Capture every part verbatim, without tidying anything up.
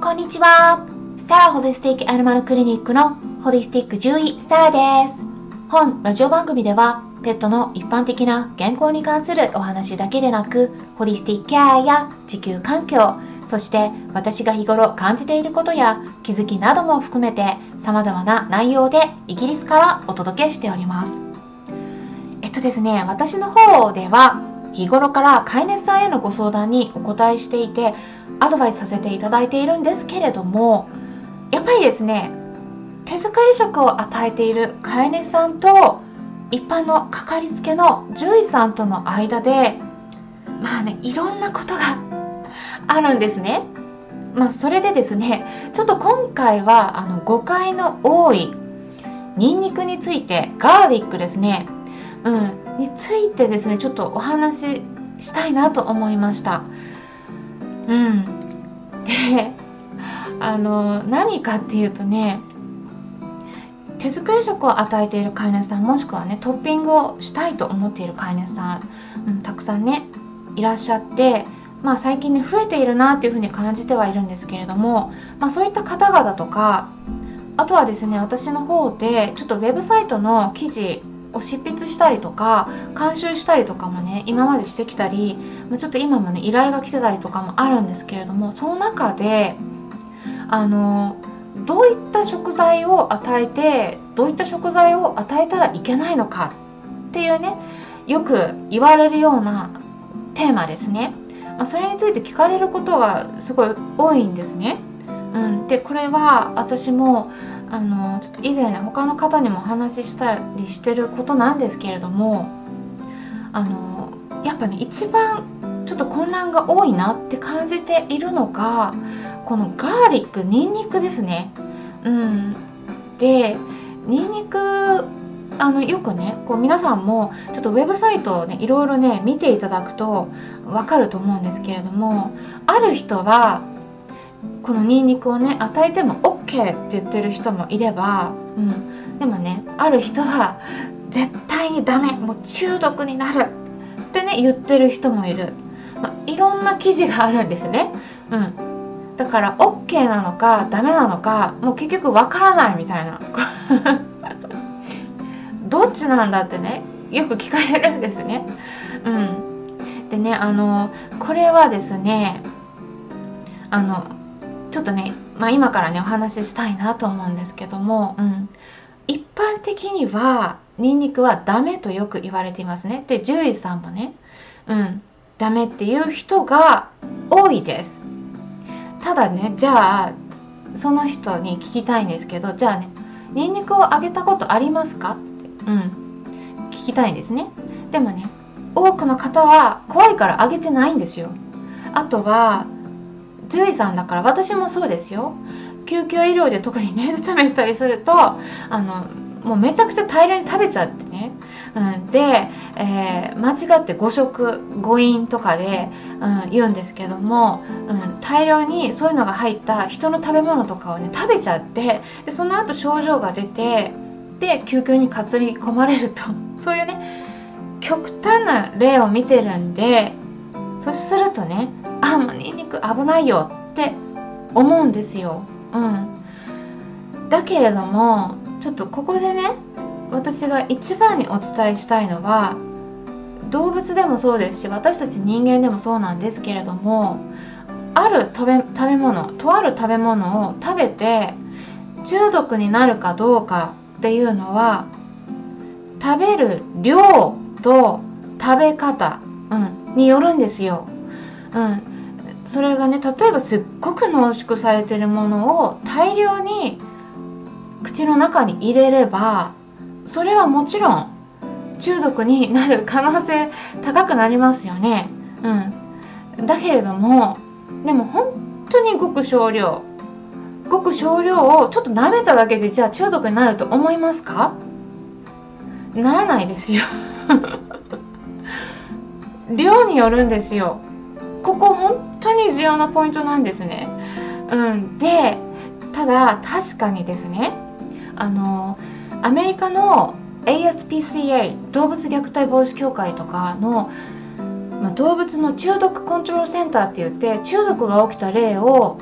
こんにちは。サラホリスティックアニマルクリニックのホリスティック獣医サラです。本ラジオ番組ではペットの一般的な健康に関するお話だけでなく、ホリスティックケアや地球環境、そして私が日頃感じていることや気づきなども含めて様々な内容でイギリスからお届けしております。えっとですね、私の方では日頃から飼い主さんへのご相談にお答えしていてアドバイスさせていただいているんですけれども、やっぱりですね、手作り食を与えている飼い主さんと一般のかかりつけの獣医さんとの間でまあね、いろんなことがあるんですね。まあそれでですね、ちょっと今回はあの誤解の多いニンニクについて、ガーリックですね、うんについてですね、ちょっとお話ししたいなと思いました。うん、で、あの何かっていうとね、手作り食を与えている飼い主さん、もしくはねトッピングをしたいと思っている飼い主さん、うん、たくさんねいらっしゃって、まあ最近ね増えているなっていうふうに感じてはいるんですけれども、まあそういった方々とか、あとはですね、私の方でちょっとウェブサイトの記事を執筆したりとか監修したりとかもね今までしてきたり、ちょっと今もね依頼が来てたりとかもあるんですけれども、その中であのどういった食材を与えてどういった食材を与えたらいけないのかっていうね、よく言われるようなテーマですね。まあ、それについて聞かれることはすごい多いんですね。うん、でこれは私もあのちょっと以前ね他の方にもお話ししたりしてることなんですけれども、あのやっぱね一番ちょっと混乱が多いなって感じているのがこのガーリック、ニンニクですね。うん、でニンニクあのよくねこう皆さんもちょっとウェブサイトをねいろいろね見ていただくと分かると思うんですけれども、ある人はこのニンニクをね与えても OK って言ってる人もいれば、うん、でもねある人は絶対にダメ、もう中毒になるってね言ってる人もいる、まあ、いろんな記事があるんですね。うん、だから OK なのかダメなのかもう結局わからないみたいなどっちなんだってねよく聞かれるんですね。うん、でねあのこれはですねあのちょっとね、まあ、今からねお話ししたいなと思うんですけども、うん、一般的にはニンニクはダメとよく言われていますね。で獣医さんもね、うん、ダメっていう人が多いです。ただね、じゃあその人に聞きたいんですけど、じゃあねニンニクをあげたことありますかって、うん、聞きたいんですね。でもね多くの方は怖いからあげてないんですよ。あとは獣医さんだから、私もそうですよ。救急医療で特に熱試したりするとあのもうめちゃくちゃ大量に食べちゃってね、うん、で、えー、間違って誤食誤飲とかで、うん、言うんですけども、うん、大量にそういうのが入った人の食べ物とかをね食べちゃって、でその後症状が出て、で救急に担ぎ込まれるとそういうね極端な例を見てるんで、そうするとね、あもうニンニク危ないよって思うんですよ。うん、だけれどもちょっとここでね私が一番にお伝えしたいのは、動物でもそうですし私たち人間でもそうなんですけれども、ある食べ、食べ物とある食べ物を食べて中毒になるかどうかっていうのは食べる量と食べ方、うん、によるんですよ。うん、それがね例えばすっごく濃縮されてるものを大量に口の中に入れれば、それはもちろん中毒になる可能性高くなりますよね。うん、だけれどもでも本当にごく少量ごく少量をちょっと舐めただけでじゃあ中毒になると思いますか？ならないですよ量によるんですよ。ここ本当に重要なポイントなんですね。うん、でただ確かにですね、あのアメリカの エーエスピーシーエー 動物虐待防止協会とかの、まあ、動物の中毒コントロールセンターって言って中毒が起きた例を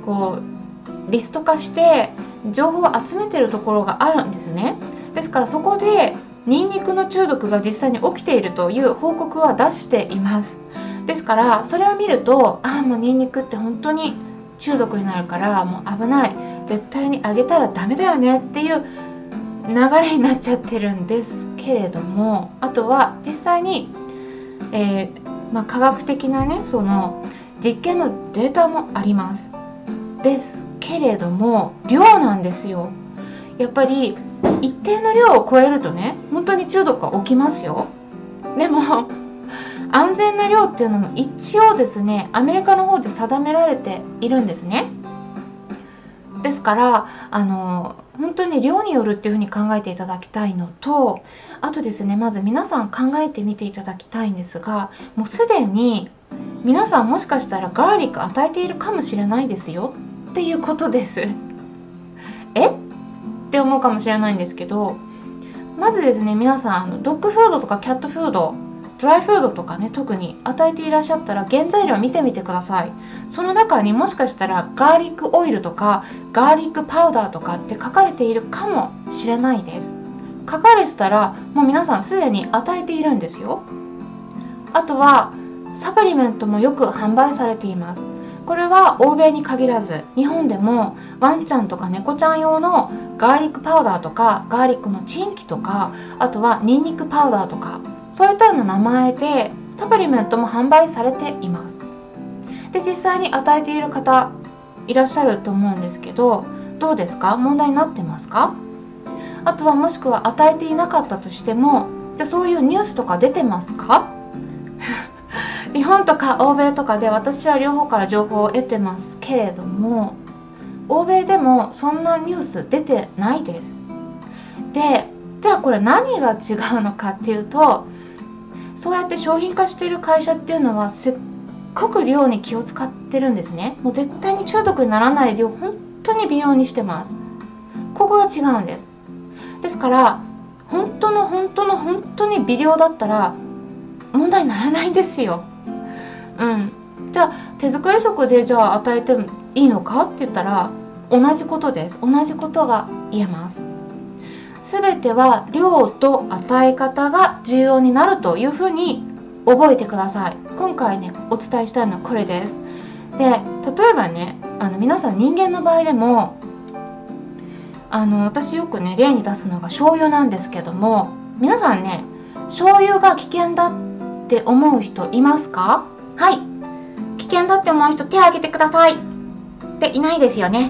こうリスト化して情報を集めてるところがあるんですね。ですからそこでニンニクの中毒が実際に起きているという報告は出しています。ですからそれを見ると、ああもうニンニクって本当に中毒になるからもう危ない、絶対にあげたらダメだよねっていう流れになっちゃってるんですけれども、あとは実際に、えーまあ、科学的なねその実験のデータもあります。ですけれども量なんですよ。やっぱり一定の量を超えるとね本当に中毒が起きますよ。でも安全な量っていうのも一応ですねアメリカの方で定められているんですね。ですからあの本当に量によるっていうふうに考えていただきたいのと、あとですねまず皆さん考えてみていただきたいんですが、もうすでに皆さんもしかしたらガーリック与えているかもしれないですよっていうことです。えって思うかもしれないんですけど、まずですね皆さんあのドッグフードとかキャットフード、ドライフードとかね特に与えていらっしゃったら原材料を見てみてください。その中にもしかしたらガーリックオイルとかガーリックパウダーとかって書かれているかもしれないです。書かれてたらもう皆さんすでに与えているんですよ。あとはサプリメントもよく販売されています。これは欧米に限らず日本でもワンちゃんとか猫ちゃん用のガーリックパウダーとかガーリックのチンキとか、あとはニンニクパウダーとか、そういったような名前でサプリメントも販売されています。で実際に与えている方いらっしゃると思うんですけど、どうですか？問題になってますか？あとはもしくは与えていなかったとしても、じゃあそういうニュースとか出てますか？日本とか欧米とかで私は両方から情報を得てますけれども、欧米でもそんなニュース出てないです。でじゃあこれ何が違うのかっていうと、そうやって商品化している会社っていうのはすっごく量に気を使ってるんですね。もう絶対に中毒にならない量本当に微妙にしてます。ここが違うんです。ですから本当の本当の本当に微量だったら問題にならないんですよ。うん、じゃあ手作り食でじゃあ与えてもいいのかって言ったら同じことです。同じことが言えます。すべては量と与え方が重要になるというふうに覚えてください。今回ねお伝えしたいのはこれです。で例えばねあの皆さん人間の場合でもあの私よくね例に出すのが醤油なんですけども、皆さんね醤油が危険だって思う人いますか？はい、危険だって思う人手を挙げてください。っていないですよね。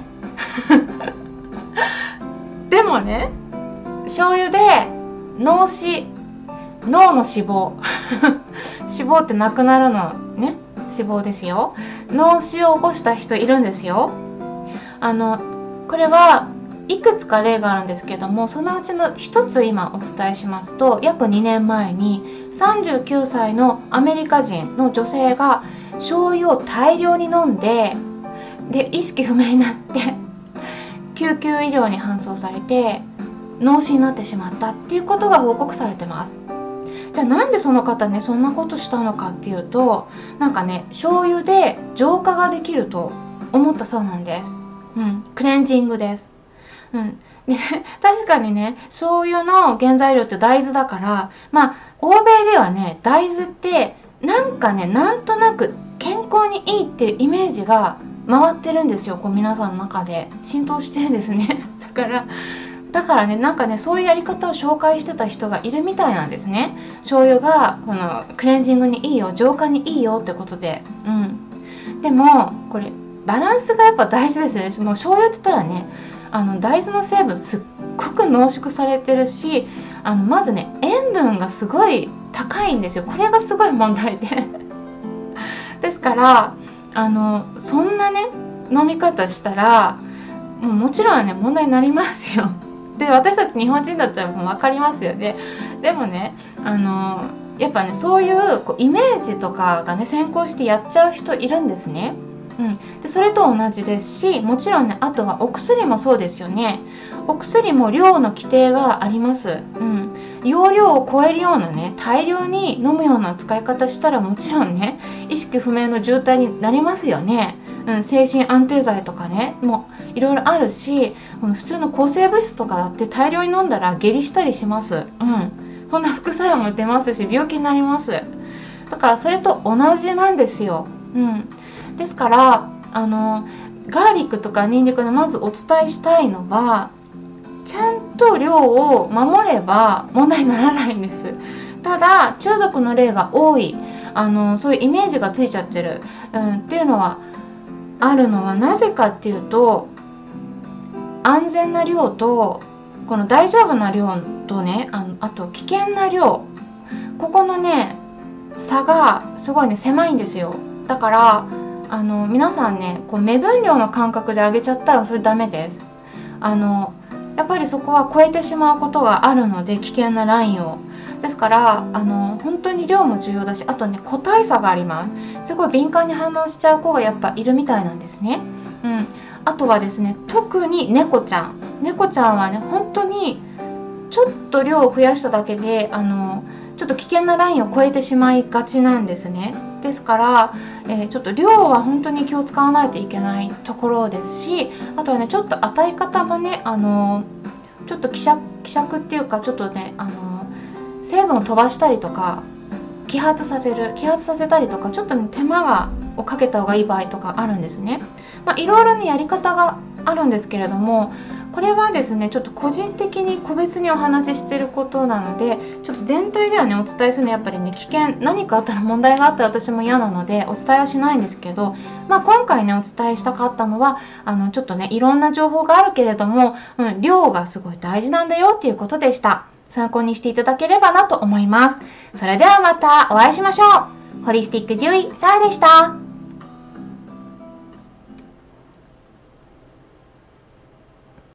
でもね醤油で脳死、脳の死亡死亡ってなくなるのね、死亡ですよ。脳死を起こした人いるんですよ。あのこれはいくつか例があるんですけども、そのうちの一つ今お伝えしますと、約にねんまえにさんじゅうきゅうさいのアメリカ人の女性が醤油を大量に飲んでで意識不明になって救急医療に搬送されて脳死になってしまったっていうことが報告されてます。じゃあなんでその方ねそんなことしたのかっていうと、なんかね醤油で浄化ができると思ったそうなんです。うん、クレンジングです。うん、で確かにね醤油の原材料って大豆だから、まあ欧米ではね大豆ってなんかねなんとなく健康にいいっていうイメージが回ってるんですよ。こう皆さんの中で浸透してるんですね。だからだからねなんかねそういうやり方を紹介してた人がいるみたいなんですね。醤油がこのクレンジングにいいよ、浄化にいいよってことで。うん。でもこれバランスがやっぱ大事ですね。もう醤油って言ったらねあの大豆の成分すっごく濃縮されてるし、あのまずね塩分がすごい高いんですよ。これがすごい問題でですからあのそんなね飲み方したらもうもちろんね問題になりますよ。で私たち日本人だったらもう分かりますよね。でもねあのやっぱねそういう、こうイメージとかがね先行してやっちゃう人いるんですね。うん、でそれと同じですし、もちろんねあとはお薬もそうですよね。お薬も量の規定があります。うん、容量を超えるようなね大量に飲むような使い方したらもちろんね意識不明の重体になりますよね。 うん、精神安定剤とかねもういろいろあるし、この普通の抗生物質とかだって大量に飲んだら下痢したりします。うん、こんな副作用も出ますし病気になります。だからそれと同じなんですよ。うん、ですからあのガーリックとかニンニクでまずお伝えしたいのは、ちゃんと量を守れば問題にならないんです。ただ中毒の例が多い、あのそういうイメージがついちゃってる、うん、っていうのはあるのはなぜかっていうと、安全な量とこの大丈夫な量とね、あのあと危険な量、ここのね差がすごいね狭いんですよ。だからあの皆さんねこう目分量の感覚で上げちゃったらそれダメです。あのやっぱりそこは超えてしまうことがあるので、危険なラインを。ですからあの本当に量も重要だし、あとね個体差があります。すごい敏感に反応しちゃう子がやっぱいるみたいなんですね。うん、あとはですね、特に猫ちゃん猫ちゃんはね本当にちょっと量を増やしただけであのちょっと危険なラインを超えてしまいがちなんですね。ですから、えー、ちょっと量は本当に気を使わないといけないところですし、あとはねちょっと与え方もねあのちょっと希釈希釈っていうか、ちょっとねあの成分を飛ばしたりとか揮発させる揮発させたりとか、ちょっとね手間がをかけた方がいい場合とかあるんですね。まあいろいろねやり方があるんですけれども、これはですねちょっと個人的に個別にお話ししてることなので、ちょっと全体ではねお伝えするのやっぱりね危険、何かあったら問題があったら私も嫌なのでお伝えはしないんですけど、まあ今回ねお伝えしたかったのは、あのちょっとねいろんな情報があるけれども、うん、量がすごい大事なんだよっていうことでした。参考にしていただければなと思います。それではまたお会いしましょう。ホリスティック獣医サラでした。